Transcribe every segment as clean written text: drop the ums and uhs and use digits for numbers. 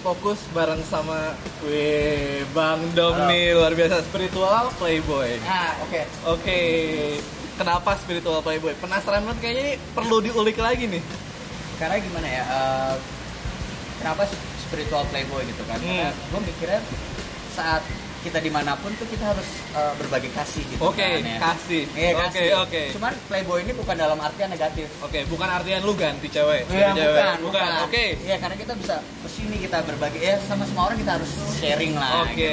Fokus bareng sama Bang Dom nih, luar biasa, Spiritual Playboy. Oke. Kenapa Spiritual Playboy? Penasaran banget, kayaknya ini perlu diulik lagi nih. Karena gimana ya? Kenapa Spiritual Playboy gitu kan? Karena gue mikirnya saat kita dimanapun tuh kita harus berbagi kasih gitu. Oke, kan, ya. kasih. Oke. Cuman Playboy ini bukan dalam artian negatif. Oke, bukan artian lu ganti cewek. Bukan. Oke. Iya, karena kita bisa kesini, kita berbagi sama semua orang, kita harus sharing lah. Oke.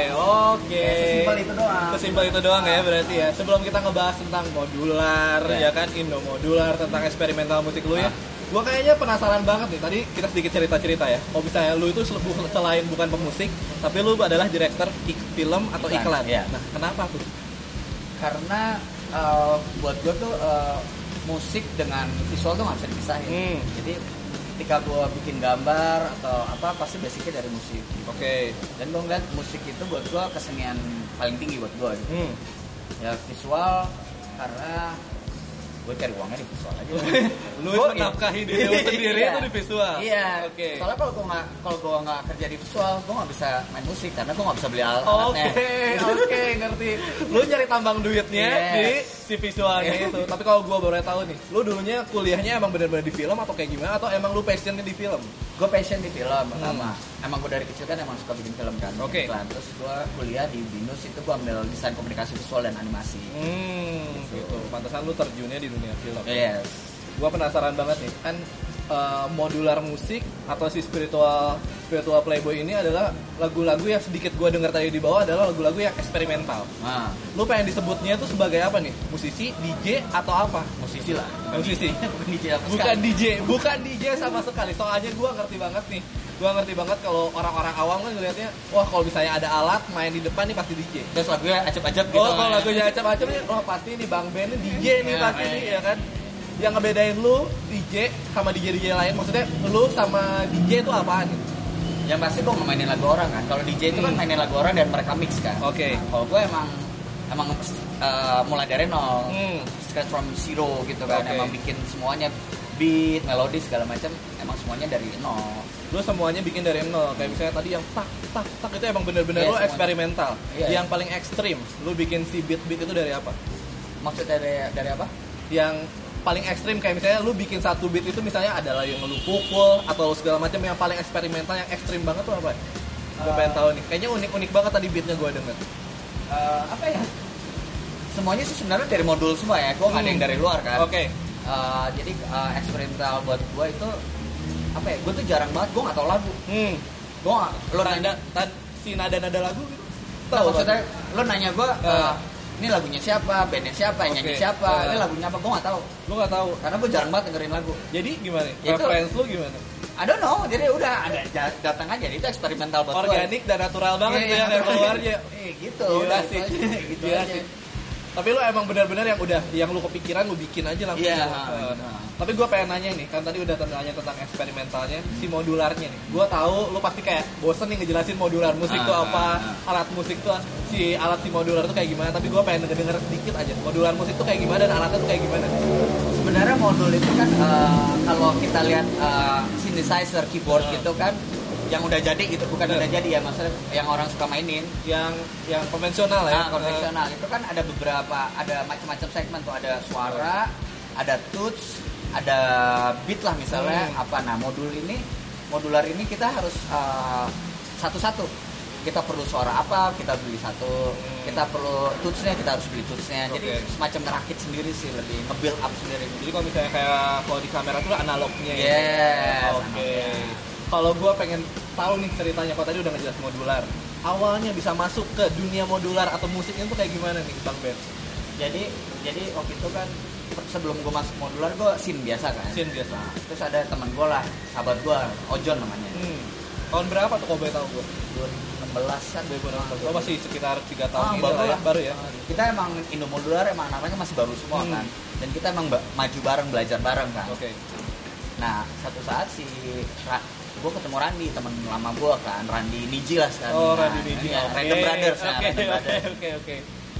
Sesimpel itu doang ya berarti ya. Sebelum kita ngebahas tentang modular, ya kan, Indo modular, tentang eksperimental musik lu ya. Gua kayaknya penasaran banget nih. Tadi kita sedikit cerita-cerita ya. Kalau misalnya lu itu selain bukan pemusik, tapi lu adalah direktur film atau iklan. Iya. Nah, kenapa tuh? Karena buat gue tuh musik dengan visual tuh nggak bisa dipisahin. Jadi ketika gue bikin gambar atau apa, pasti basicnya dari musik. Oke. Dan gue ngeliat musik itu buat gue kesenian paling tinggi buat gue gitu. Ya visual, karena gue cari uangnya di visual aja. Lu menafkahi diri lu sendiri itu di visual. Iya. Oke. Soalnya kalau gue nggak kerja di visual, gue nggak bisa main musik karena gue nggak bisa beli alatnya. Oke, ngerti. Lu nyari tambang duitnya di si visualnya itu. Tapi kalau gue boleh tahu nih, lu dulunya kuliahnya emang benar-benar di film atau kayak gimana, atau emang lu passionnya di film? Gue passion di film pertama. Emang gue dari kecil kan emang suka bikin film kan. Oke. Terus gue kuliah di BINUS, itu gue ambil desain komunikasi visual dan animasi. Gitu. Pantesan lu terjunnya di dunia film. Yes. Gua penasaran banget nih, kan modular musik atau si spiritual Playboy ini adalah lagu-lagu yang sedikit gua dengar tadi di bawah adalah lagu-lagu yang eksperimental. Lu pengen disebutnya itu sebagai apa nih? Musisi, DJ atau apa? Musisi lah. Musisi. Bukan DJ apa Bukan sekali. bukan DJ sama sekali. Soalnya gua ngerti banget nih. Gua ngerti banget kalau orang-orang awam kan ngeliatnya, wah kalau misalnya ada alat main di depan nih pasti DJ. Terus lagunya acep-acep gitu. Oh, kalau lagunya acep-acep nih, wah pasti nih Bang Ben nih DJ nih pasti nih, ya kan? Yang ngebedain lu DJ sama DJ lain, maksudnya lu sama DJ itu apaan nih? Yang pasti gue ngemainin lagu orang kan. Kalau DJ itu kan mainin lagu orang dan mereka mix kan. Oke. Kalau gue emang mulai dari nol, scratch from zero gitu kan. Oke. Emang bikin semuanya, beat, melodi segala macam, emang semuanya dari nol. Lu semuanya bikin dari nol, kayak misalnya tadi yang tak itu emang bener-bener lu eksperimental. Yang paling ekstrim, lu bikin si beat itu dari apa? Maksudnya dari apa? Yang paling ekstrim kayak misalnya lu bikin satu beat itu misalnya adalah yang lu pukul atau segala macam, yang paling eksperimental yang ekstrim banget tuh apa? Gue pengen tahu nih. Kayaknya unik banget tadi beatnya gue denger. Apa ya? Semuanya sih sebenarnya dari modul semua ya. Gue nggak ada yang dari luar kan. Oke. Jadi eksperimental buat gue itu apa ya? Gue tuh jarang banget. Gue nggak tahu lagu. Gue nggak. Lo nanya si nada lagu gitu. Tahu maksudnya? Lo nanya gue. Ini lagunya siapa, bandnya siapa, nyanyi siapa, ini lagunya apa, gue nggak tahu. Lu nggak tahu? Karena gue jarang banget dengerin lagu. Jadi gimana? Ya Reference lu gimana? I don't know, jadi udah ada datang aja, itu eksperimental buat organik dan natural banget tuh yang keluarnya. Gitu, udah sih. Gitu aja. Tapi lu emang benar-benar yang lu kepikiran lu bikin aja langsung. Iya. Tapi gue pengen nanya nih, kan tadi udah nanya tentang eksperimentalnya, si modularnya nih. Gue tahu lu pasti kayak bosen nih ngejelasin modular musik tuh apa, alat musik tuh si modular tuh kayak gimana. Tapi gue pengen denger sedikit aja modular musik tuh kayak gimana dan alatnya tuh kayak gimana. Sebenarnya modul itu kan kalau kita lihat synthesizer, keyboard gitu kan, yang udah jadi gitu, bukan udah jadi ya, maksudnya yang orang suka mainin, yang konvensional ya. Konvensional itu kan ada beberapa, ada macam-macam segmen tuh, ada suara, ada touch, ada beat lah misalnya apa. Nah modular ini kita harus satu-satu. Kita perlu suara apa, kita beli satu. Kita perlu touchnya, kita harus beli touchnya. Jadi semacam ngerakit sendiri sih, lebih nge-build up sendiri. Jadi kalau misalnya kayak kalau di kamera tuh analognya. Yes. Oke. Kalau gue pengen tahu nih ceritanya, kalau tadi udah ngejelas modular, awalnya bisa masuk ke dunia modular atau musiknya tuh kayak gimana nih Bang Ben? Jadi waktu itu kan sebelum gue masuk modular, gue scene biasa kan. Scene biasa. Terus ada teman gue lah, sahabat gue, Ojon namanya. Tahun berapa tuh kalau boleh tahu gue? 2016 kan. 2016. Oh masih sekitar 3 tahun ini lah ya, baru ya. Kita emang Indo modular emang anak-anaknya masih baru semua kan. Dan kita emang maju bareng, belajar bareng kan. Oke. Nah, satu saat gue ketemu Randi, teman lama gue kan, Randi Niji lah sekarang. Oh, Randi Niji. Random Brothers. Oke.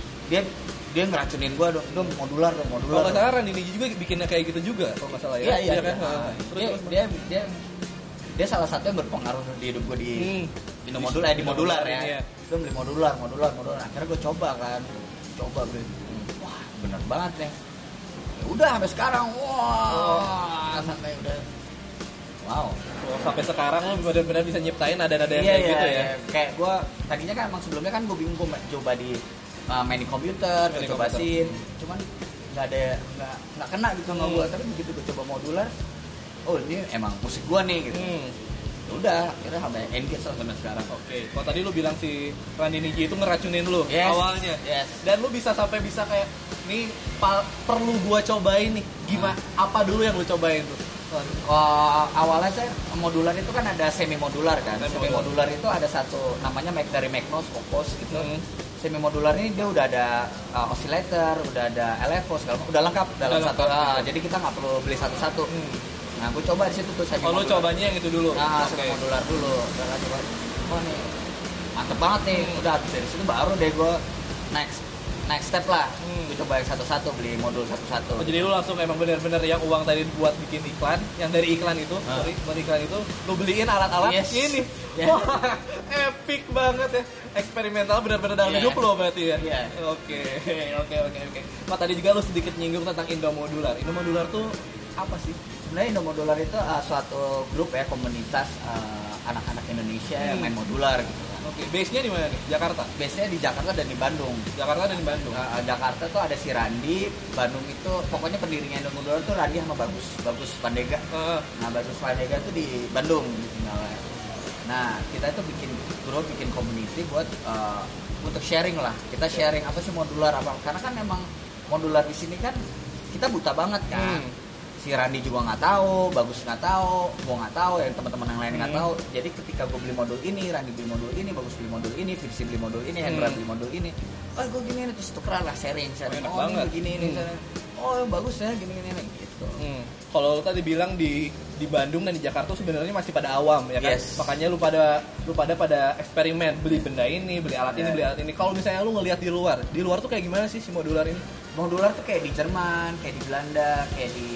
Dia ngeracunin gue dong modular. Kalau nggak salah Randi Niji juga bikinnya kayak gitu juga, kalau nggak salah ya. Iya kan. Terus dia salah satu yang berpengaruh di hidup gue di Indo modular di modular ya. Gue beli modular. Akhirnya gue coba beli. Wah, bener banget ya. Ya udah sampai sekarang, sampai udah. Wow. Sampai sekarang lo benar-benar bisa nyiptain nada-nada yang kayak gitu ya. Iya. Kayak gue tadinya kan emang sebelumnya kan gue bingung gue coba di main di komputer, gue coba scene, cuman nggak kena gitu sama gue. Tapi begitu gue coba modular, oh ini emang musik gue nih gitu. Udah akhirnya sampai engage sampai sekarang. Oke. Kalau tadi lu bilang si Randy Niji itu ngeracunin lu awalnya. Yes. Dan lu bisa kayak nih perlu gua cobain nih. Gimana? Apa dulu yang lu cobain tuh? Awalnya saya modular itu kan ada semi modular kan. Semi modular itu ada satu namanya dari Magnos Opus gitu. Semi modular ini dia udah ada oscillator, udah ada LFO segala udah lengkap dalam satu. Jadi kita nggak perlu beli satu-satu. Nah, gue coba di situ tuh semi modular. Lu cobanya yang itu dulu. Nah, semi modular dulu. Udah coba. Oh nih, mantep banget nih. Udah habis dari situ baru deh gue next step lah. Gue coba yang satu-satu, beli modul satu-satu. Oh, jadi lu langsung emang bener-bener yang uang tadi buat bikin iklan, yang dari iklan itu, buat iklan itu, lu beliin alat-alat ini. Wah, epic banget ya. Eksperimental bener-bener dalam hidup lo berarti ya. Oke. Nah, tadi juga lu sedikit nyinggung tentang Indo Modular. Indo Modular tuh apa sih? Sebenarnya Indo Modular itu suatu grup ya, komunitas anak-anak Indonesia yang main modular gitu. Oke, base-nya di mana nih? Jakarta? Base-nya di Jakarta dan di Bandung. Jakarta tuh ada si Randi, Bandung itu pokoknya pendirinya Indo Modular tuh Randi sama Bagus Pandega. Nah, Bagus Pandega tuh di Bandung gitu. Nah, kita itu bikin community buat untuk sharing lah. Kita sharing apa sih modular apa? Karena kan memang modular di sini kan kita buta banget kan. Si Randi juga nggak tahu, Bagus nggak tahu, gue nggak tahu, yang teman-teman yang lain nggak tahu. Jadi ketika gue beli modul ini, Randi beli modul ini, Bagus beli modul ini, Firsi beli modul ini, Hendra beli modul ini, gue gini terus tukeran lah sharing. Oh ini begini ini, oh bagus ya gini gitu. Kalau tadi bilang di Bandung dan di Jakarta sebenarnya masih pada awam ya kan. Makanya lu pada eksperimen, beli benda ini, beli alat ini, beli alat ini. Kalau misalnya lu ngelihat di luar tuh kayak gimana sih si modular ini? Modular tuh kayak di Jerman, kayak di Belanda, kayak di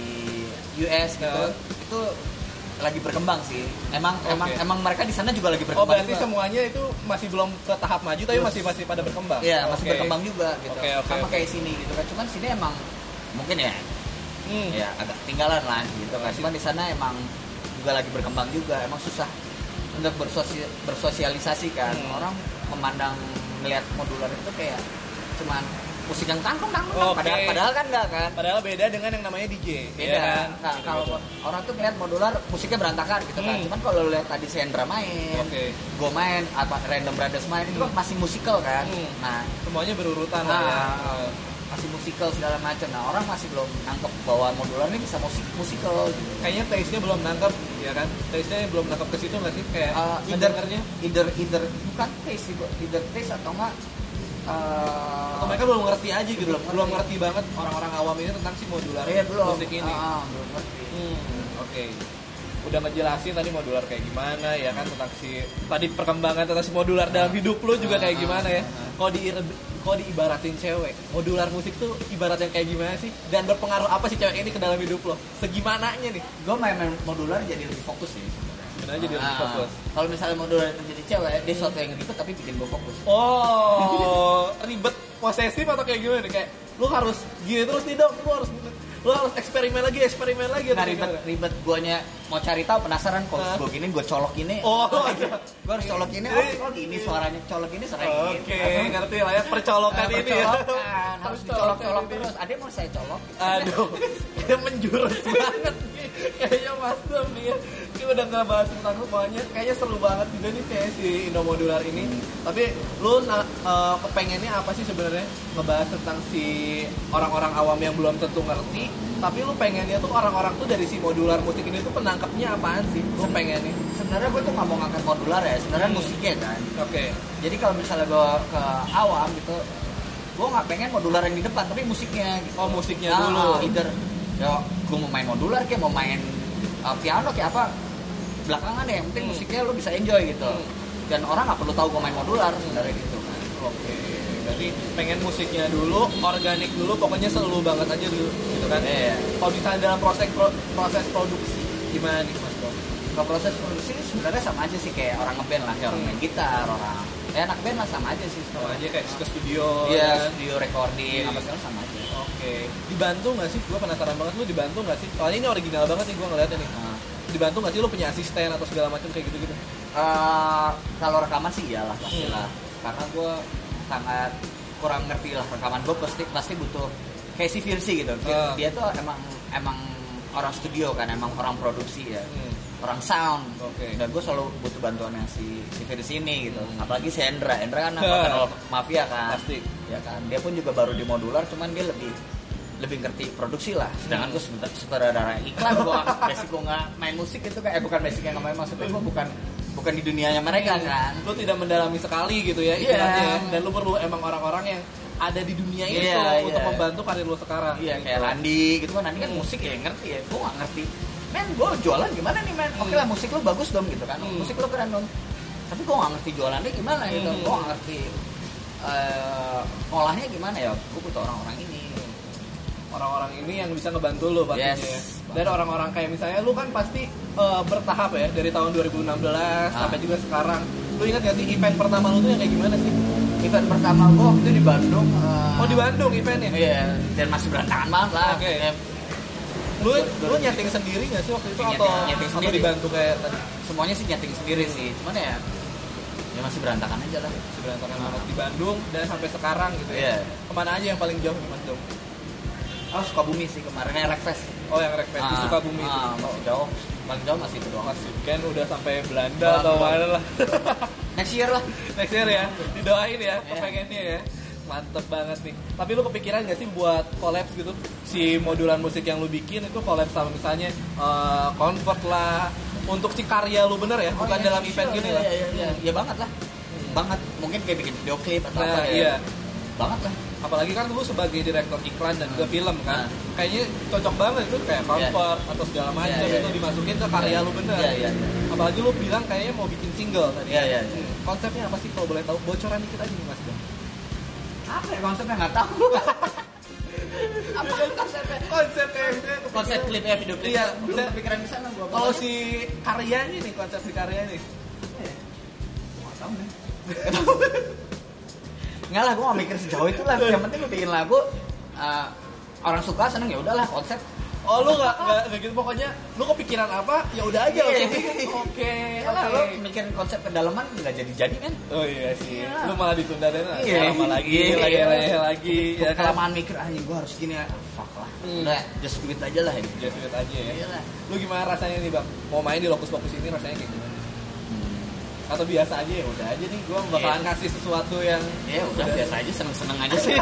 US gitu. Itu lagi berkembang sih. Emang mereka di sana juga lagi berkembang. Oh, berarti juga. Semuanya itu masih belum ke tahap maju tapi masih pada berkembang. Iya, masih berkembang juga gitu. Sama kayak sini gitu kan. Cuman sini emang mungkin ya agak ketinggalan lah gitu kan. Cuman di sana emang juga lagi berkembang juga. Emang susah untuk bersosialisasi kan. Orang memandang melihat modular itu kayak cuman musik yang tangkung padahal kan enggak kan. Padahal beda dengan yang namanya DJ. Beda. Ya kan? Nah, kalau orang tuh melihat modular musiknya berantakan gitu kan. Cuman kalau lihat tadi Sendra main, gue main, Random Brothers main, itu kan masih musikal kan. Nah, semuanya berurutan lah ya. Masih musikal segala macam. Nah, orang masih belum nangkep bahwa modular ini bisa musikal gitu. Kayaknya taste-nya belum nangkep, ya kan? Taste-nya belum nangkep ke situ nggak sih? Kayak either bukan taste sih, either taste atau enggak atau mereka belum ngerti aja gitu, belum ngerti banget orang-orang awam ini tentang si modular musik ini. Belum ngerti. Oke. Udah ngejelasin tadi modular kayak gimana ya kan, tentang si tadi perkembangan tentang si modular dalam hidup lo juga kayak gimana ya. Kalau diibaratin cewek, modular musik tuh ibaratnya kayak gimana sih? Dan berpengaruh apa sih cewek ini ke dalam hidup lo? Segimananya nih? Gue main modular jadi lebih fokus sih. Sebenarnya jadi lebih fokus. Kalau misalnya modular itu jadi cewek, dia sesuatu yang ribet tapi bikin gue fokus. Oh, ribet posesif atau kayak gimana? Kayak lu harus gini terus nih dong, lu harus eksperimen lagi. Nah, ribet guanya mau cari tahu, penasaran kok gue gini, gue colok ini. Gue harus colok ini. Oh, gini suaranya, colok ini suaranya. Oke, ngerti lah ya percolokan ini ya. Harus dicolok terus. Ada mau saya colok. Aduh, kayak menjurus banget nih. Kayaknya Mas Dom nih ya. Kita udah nggak bahas tentang semuanya. Kayaknya seru banget juga nih kayak si Indo Modular ini. Tapi lu kepengennya apa sih sebenarnya ngebahas tentang si orang-orang awam yang belum tentu ngerti, tapi lu pengennya tuh orang-orang tuh dari si modular musik ini tuh penangkapnya apaan sih? Lu pengennya? Sebenarnya gue tuh nggak mau ngangkat modular ya, sebenarnya musiknya kan. Jadi kalau misalnya gue ke awam gitu, gue nggak pengen modular yang di depan, tapi musiknya gitu. Oh, musiknya dulu. Either ya gue mau main modular kayak mau main piano kayak apa, belakangan ya, yang penting musiknya lu bisa enjoy gitu. Dan orang nggak perlu tahu gue main modular sebenarnya gitu kan. Berarti pengen musiknya dulu, organik dulu, pokoknya selalu banget aja dulu gitu kan. Kalau misalnya dalam proses produksi gimana nih Mas Bro? Kalau proses produksi sebenarnya sama aja sih kayak orang ngeband lah, kayak orang main gitar, orang anak band lah sama aja sih. Sama aja kayak ke studio. Iya, kan? studio recording apa segala sama aja. Oke. Dibantu nggak sih? Gue penasaran banget, lu dibantu nggak sih? Soalnya ini original banget nih gue ngeliatnya nih. Dibantu nggak sih lu punya asisten atau segala macam kayak gitu-gitu? Kalau rekaman sih iyalah pastilah. Karena gue sangat kurang ngerti lah rekaman, gue pasti butuh kayak si Virsi gitu. Dia tuh emang orang studio kan, emang orang produksi ya. Orang sound, dan gue selalu butuh bantuannya si Virsi ini gitu. Apalagi si Endra kan anggota Mafia kan, pasti ya kan. Dia pun juga baru di modular, cuman dia lebih ngerti produksi lah. Sedangkan gue sutradara iklan, basic gue nggak main musik itu kayak bukan basic yang nggak main, maksudnya gue bukan di dunianya mereka kan. Lu tidak mendalami sekali gitu ya istilahnya, dan lu perlu emang orang-orang yang ada di dunia itu untuk membantu karir lu sekarang. Iya, kayak Randi gitu kan. Randi kan musik ya ngerti ya, gue nggak ngerti. Men, gue jualan gimana nih men? Oke lah, musik lo bagus dong gitu kan, musik lo keren dong. Tapi gue nggak ngerti jualannya gimana gitu, gue nggak ngerti olahnya gimana ya. Gue butuh orang-orang ini yang bisa ngebantu lo pastinya. Yes. Dan orang-orang kayak misalnya lu kan pasti bertahap ya dari tahun 2016 sampai juga sekarang. Lu ingat gak sih event pertama lu tuh yang kayak gimana sih? Event pertama gue waktu itu di Bandung. Di Bandung eventnya? Iya, dan masih berantakan banget lah. Lu nyeting sendiri nggak sih waktu itu atau dibantu kayak tadi? Semuanya sih nyeting sendiri sih, cuman ya masih berantakan aja lah. Masih berantakan banget di Bandung dan sampai sekarang gitu ya. Kemana aja yang paling jauh nih Mas Dom? Sukabumi sih kemarin, Rekfest. Yang Rekfest di Sukabumi itu. Masih jauh. Paling jauh masih itu doang. Masih kan udah sampai Belanda atau mana lah. Next year ya. Didoain ya, kepengennya ya. Mantep banget nih. Tapi lu kepikiran gak sih buat collab gitu? Si modulan musik yang lu bikin itu collab sama misalnya Convert lah, untuk si karya lu bener ya, bukan dalam event gini lah. Iya banget lah. Banget. Mungkin kayak bikin video klip atau apa ya. Banget lah. Apalagi kan lu sebagai direktur iklan dan juga film kan, kayaknya cocok banget itu kayak Convert atau segala macam itu dimasukin ke karya lu bener. Apalagi lu bilang kayaknya mau bikin single tadi. Konsepnya apa sih kalau boleh tahu? Bocoran dikit aja nih Mas Dom. Apa ya konsepnya, nggak tahu. Apa konsepnya? Konsep klipnya, video klip. Iya, belum kepikiran di sana gua. Kalau si karyanya nih, konsep si karyanya nih. Nggak tahu nih. Nggak lah, gua nggak mikir sejauh itu lah. Yang penting gua bikin lagu, orang suka seneng ya udahlah konsep. Lu nggak gitu, pokoknya lu kepikiran apa ya udah aja. Oke. Lu mikirin konsep kedalaman nggak jadi kan? Oh iya sih. Lu malah ditunda deh. Lama lagi ya kan. Kelamaan mikir anjing gua harus gini ya. Fuck lah. Udah just do it aja lah ini. Just do it aja ya. Iyalah. Lu gimana rasanya nih Bang? Mau main di Lokus Pokus ini rasanya kayak gimana? Atau biasa aja ya udah aja nih, gua bakalan kasih sesuatu yang udah biasa aja, seneng-seneng aja sih.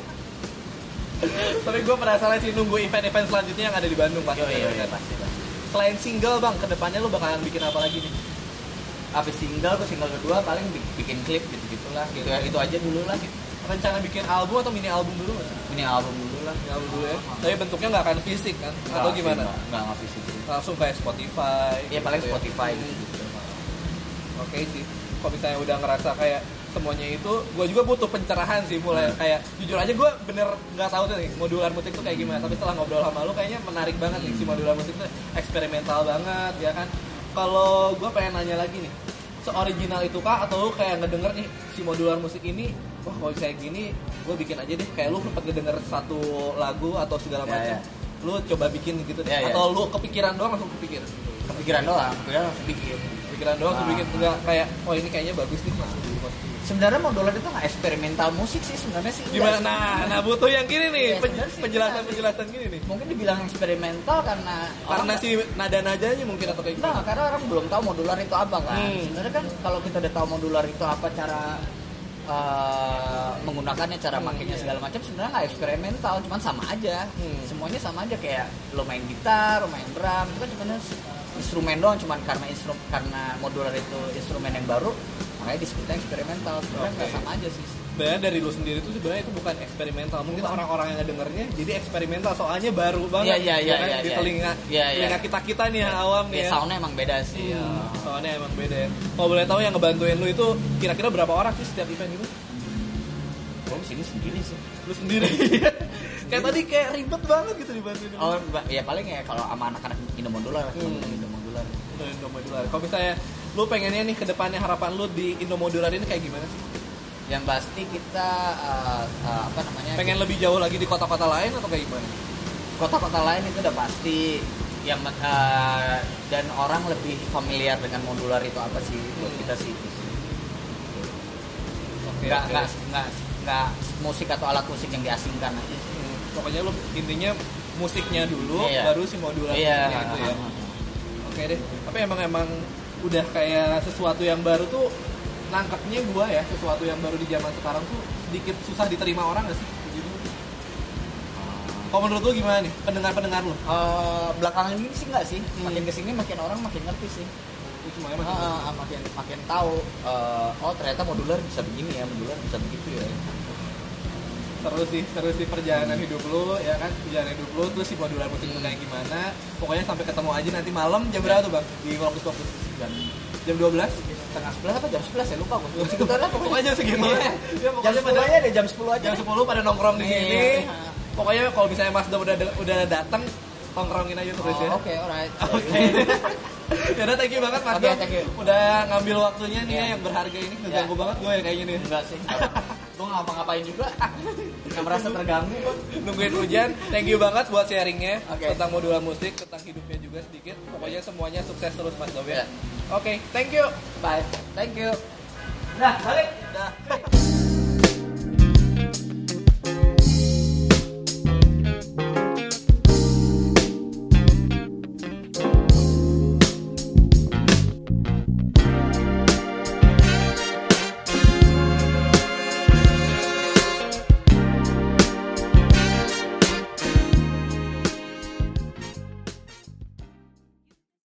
Tapi gue penasaran sih nunggu event-event selanjutnya yang ada di Bandung pasti. Iya, pasti. Selain single Bang, kedepannya lu bakalan bikin apa lagi nih? Habis single kedua paling bikin klip gitu-gitulah. Itu aja dulu lah. Rencana bikin album atau mini album dulu nggak? Mini album dulu lah. Mini album dulu ya. Tapi bentuknya nggak akan fisik kan? Atau gimana? Nggak fisik. Langsung kayak Spotify. Iya paling gitu Spotify gitu. Oke sih. Kalau misalnya udah ngerasa kayak semuanya itu, gue juga butuh pencerahan sih mulai kayak jujur aja gue bener nggak tahu tuh nih modular musik tuh kayak gimana. Tapi setelah ngobrol sama lu kayaknya menarik banget nih si modular musik tuh eksperimental banget ya kan. Kalau gue pengen nanya lagi nih, se-original itu kah atau lu kayak ngedenger nih si modular musik ini, wah kalau kayak gini gue bikin aja deh, kayak lu sempet ngedenger satu lagu atau segala macam, lu coba bikin gitu deh, atau lu kepikiran doang langsung kepikiran doang langsung bikin enggak kayak oh ini kayaknya bagus nih langsung bikin. Sebenarnya modular itu nggak eksperimental musik sih sebenarnya sih. Gimana? Nah butuh yang gini nih, penjelasan gini nih. Mungkin dibilang eksperimental karena si nada-nadanya mungkin atau kayak gitu. Nah, karena orang belum tahu modular itu apa kan. Sebenarnya kan kalau kita udah tahu modular itu apa, cara menggunakannya, cara makainya segala macam, sebenarnya nggak eksperimental, cuman sama aja. Semuanya sama aja, kayak lo main gitar, lo main drum, itu kan cuma instrumen doang, cuman karena modular itu instrumen yang baru, makanya disebutnya eksperimental. Sebenarnya nggak sama aja sih. Sebenarnya dari lu sendiri itu sebenarnya itu bukan eksperimental. Mungkin orang-orang yang ngedengernya jadi eksperimental, soalnya baru banget. Iya, di telinga kita nih yang awam nih. Soundnya emang beda sih. Soundnya emang beda. Kalau boleh tahu yang ngebantuin lu itu kira-kira berapa orang sih setiap event gitu? Gue sini sendiri sih. Lu sendiri. Kayak tadi kayak ribet banget gitu dibantuin. Oh, ya paling ya kalau sama anak-anak Indo Modular, modular. Indo modular. Kalau misalnya lu pengennya nih ke depannya, harapan lu di Indo modular ini kayak gimana sih? Yang pasti kita apa namanya? Pengen lebih jauh lagi di kota-kota lain atau kayak gimana? Kota-kota lain itu udah pasti yang dan orang lebih familiar dengan modular itu apa sih buat kita sih. Nggak musik atau alat musik yang diasingkan aja. Pokoknya lu intinya musiknya dulu, baru si modular itu ya. Oke deh. Tapi emang udah kayak sesuatu yang baru tuh nangkepnya gua ya, sesuatu yang baru di zaman sekarang tuh sedikit susah diterima orang nggak sih? Begitu. Kalau menurut lu gimana nih pendengar lu? Belakangan ini sih nggak sih. Makin kesini makin orang makin ngerti sih. Semuanya makin tahu. Oh ternyata modular bisa begini ya, modular bisa begitu ya. Seru sih perjalanan hidup lu ya kan, perjalanan hidup lu terus si modular musik itu kayak gimana. Pokoknya sampai ketemu aja nanti malam jam berapa tuh Bang? Di Fokus jam 12? Setengah 11 apa jam 11 ya lupa gue. Sekitar lah pokoknya jam segitu. Ya, jam 10 aja deh, jam 10 aja. Jam 10 pada nongkrong di sini. Pokoknya kalau misalnya Mas udah datang nongkrongin aja terus ya. Oke, alright. Oke. Yaudah, thank you banget Mas Dom. Udah ngambil waktunya nih ya, yang berharga ini. Ngeganggu banget gue ya kayaknya nih. Enggak sih. Gue ngapa-ngapain juga. Gak merasa terganggu kok. Nungguin hujan. Thank you banget buat sharingnya tentang modular musik, tentang hidupnya juga sedikit. Pokoknya semuanya sukses terus Mas Dom ya. Oke, thank you. Bye. Thank you. Nah, balik. Dah.